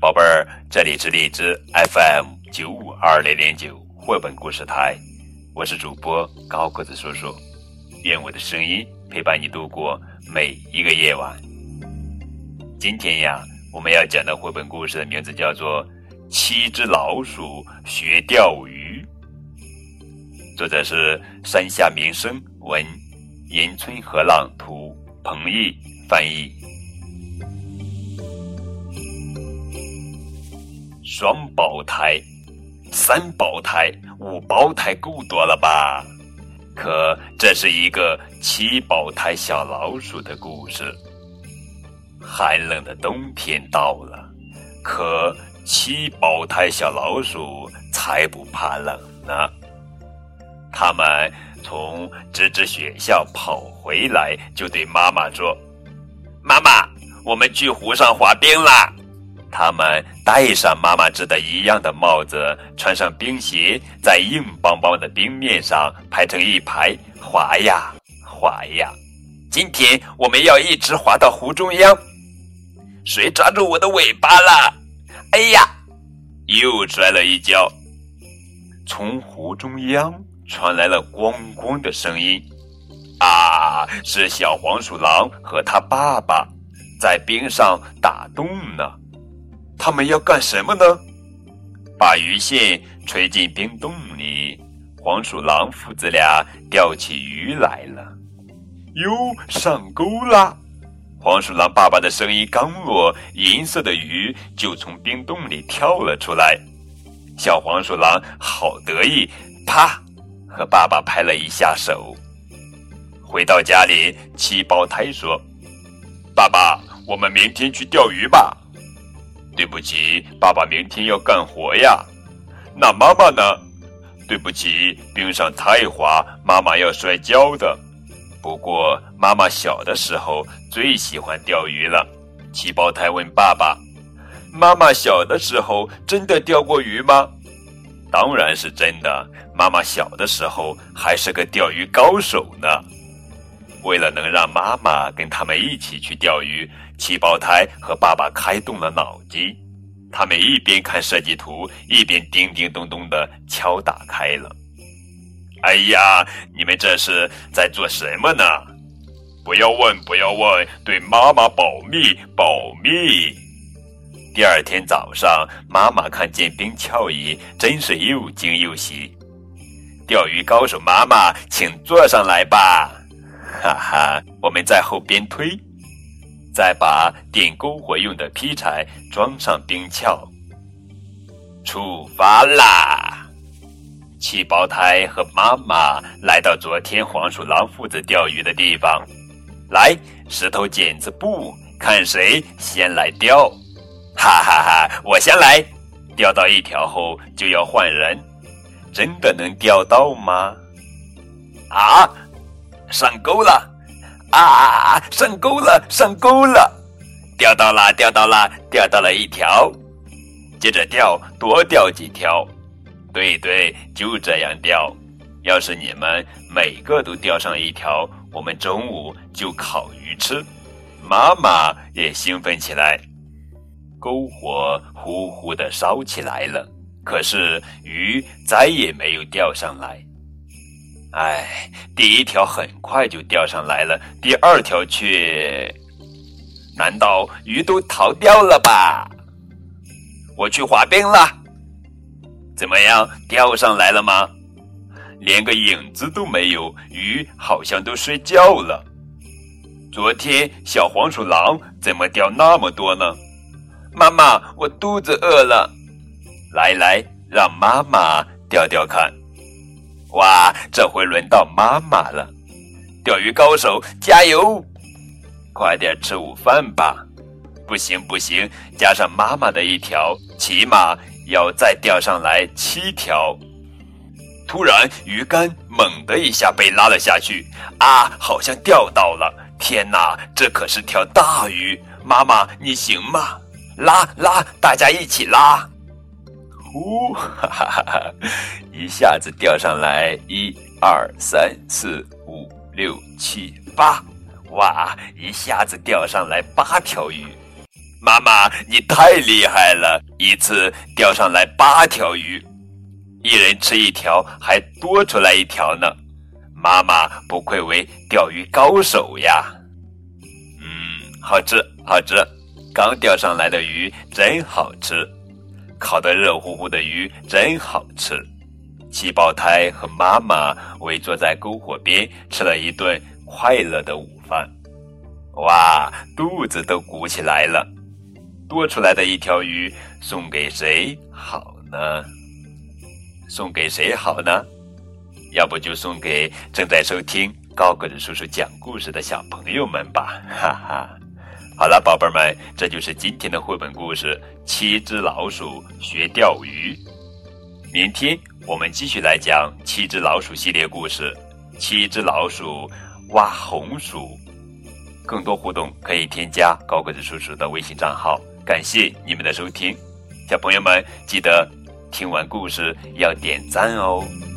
宝贝儿，这里是荔枝 FM95209绘本故事台，我是主播高个子叔叔，愿我的声音陪伴你度过每一个夜晚。今天呀，我们要讲的绘本故事的名字叫做《7只老鼠学钓鱼》，作者是山下明生文，岩村和朗图，彭毅翻译。双胞胎、3胞胎、5胞胎够多了吧？可这是一个7胞胎小老鼠的故事。寒冷的冬天到了，可7胞胎小老鼠才不怕冷呢。他们从吱吱学校跑回来，就对妈妈说：“妈妈，我们去湖上滑冰啦！”他们戴上妈妈织的一样的帽子，穿上冰鞋，在硬邦邦的冰面上排成一排，滑呀滑呀。今天我们要一直滑到湖中央。谁抓住我的尾巴了？哎呀，又摔了一跤。从湖中央传来了咣咣的声音。啊，是小黄鼠狼和他爸爸在冰上打洞呢。他们要干什么呢？把鱼线吹进冰洞里，黄鼠狼父子俩钓起鱼来了。哟，上钩啦！黄鼠狼爸爸的声音刚落，银色的鱼就从冰洞里跳了出来。小黄鼠狼好得意，啪，和爸爸拍了一下手。回到家里，7胞胎说：“爸爸，我们明天去钓鱼吧。”对不起，爸爸明天要干活呀。那妈妈呢？对不起，冰上太滑，妈妈要摔跤的。不过妈妈小的时候最喜欢钓鱼了。7胞胎问爸爸：“妈妈小的时候真的钓过鱼吗？”当然是真的，妈妈小的时候还是个钓鱼高手呢。为了能让妈妈跟他们一起去钓鱼，7胞胎和爸爸开动了脑筋。他们一边看设计图，一边叮叮咚咚地敲打开了。哎呀，你们这是在做什么呢？不要问，不要问，对妈妈保密，保密。第二天早上，妈妈看见冰壳椅，真是又惊又喜。钓鱼高手妈妈，请坐上来吧。哈哈，我们在后边推，再把点篝火用的劈柴装上冰壳，出发啦！7胞胎和妈妈来到昨天黄鼠狼父子钓鱼的地方。来，石头剪子布，看谁先来钓。哈哈哈，我先来。钓到一条后就要换人，真的能钓到吗？啊，上钩了！啊，上钩了，上钩了！钓到啦，钓到啦，钓到了一条。接着钓，多钓几条。对对，就这样钓。要是你们每个都钓上一条，我们中午就烤鱼吃。妈妈也兴奋起来。篝火呼呼地烧起来了，可是鱼再也没有钓上来。哎，第一条很快就钓上来了，第二条却……难道鱼都逃掉了吧？我去滑冰了。怎么样，钓上来了吗？连个影子都没有，鱼好像都睡觉了。昨天小黄鼠狼怎么钓那么多呢？妈妈，我肚子饿了。来来，让妈妈钓钓看。哇，这回轮到妈妈了。钓鱼高手，加油！快点吃午饭吧。不行不行，加上妈妈的一条，起码要再钓上来7条。突然鱼竿猛地一下被拉了下去，啊，好像钓到了。天哪，这可是条大鱼。妈妈，你行吗？拉拉，大家一起拉。呼，哈哈哈哈！一下子钓上来1、2、3、4、5、6、7、8，哇！一下子钓上来8条鱼。 妈妈，你太厉害了，一次钓上来8条鱼，一人吃1条，还多出来1条呢。妈妈不愧为钓鱼高手呀。好吃好吃，刚钓上来的鱼真好吃，烤得热乎乎的鱼真好吃。七胞胎和妈妈围坐在篝火边，吃了一顿快乐的午饭。哇，肚子都鼓起来了。多出来的1条鱼送给谁好呢？送给谁好呢？要不就送给正在收听高个子叔叔讲故事的小朋友们吧，哈哈。好了，宝贝们，这就是今天的绘本故事《7只老鼠学钓鱼》。明天我们继续来讲7只老鼠系列故事，7只老鼠挖红薯。更多互动可以添加高个子叔叔的微信账号。感谢你们的收听，小朋友们记得听完故事要点赞哦。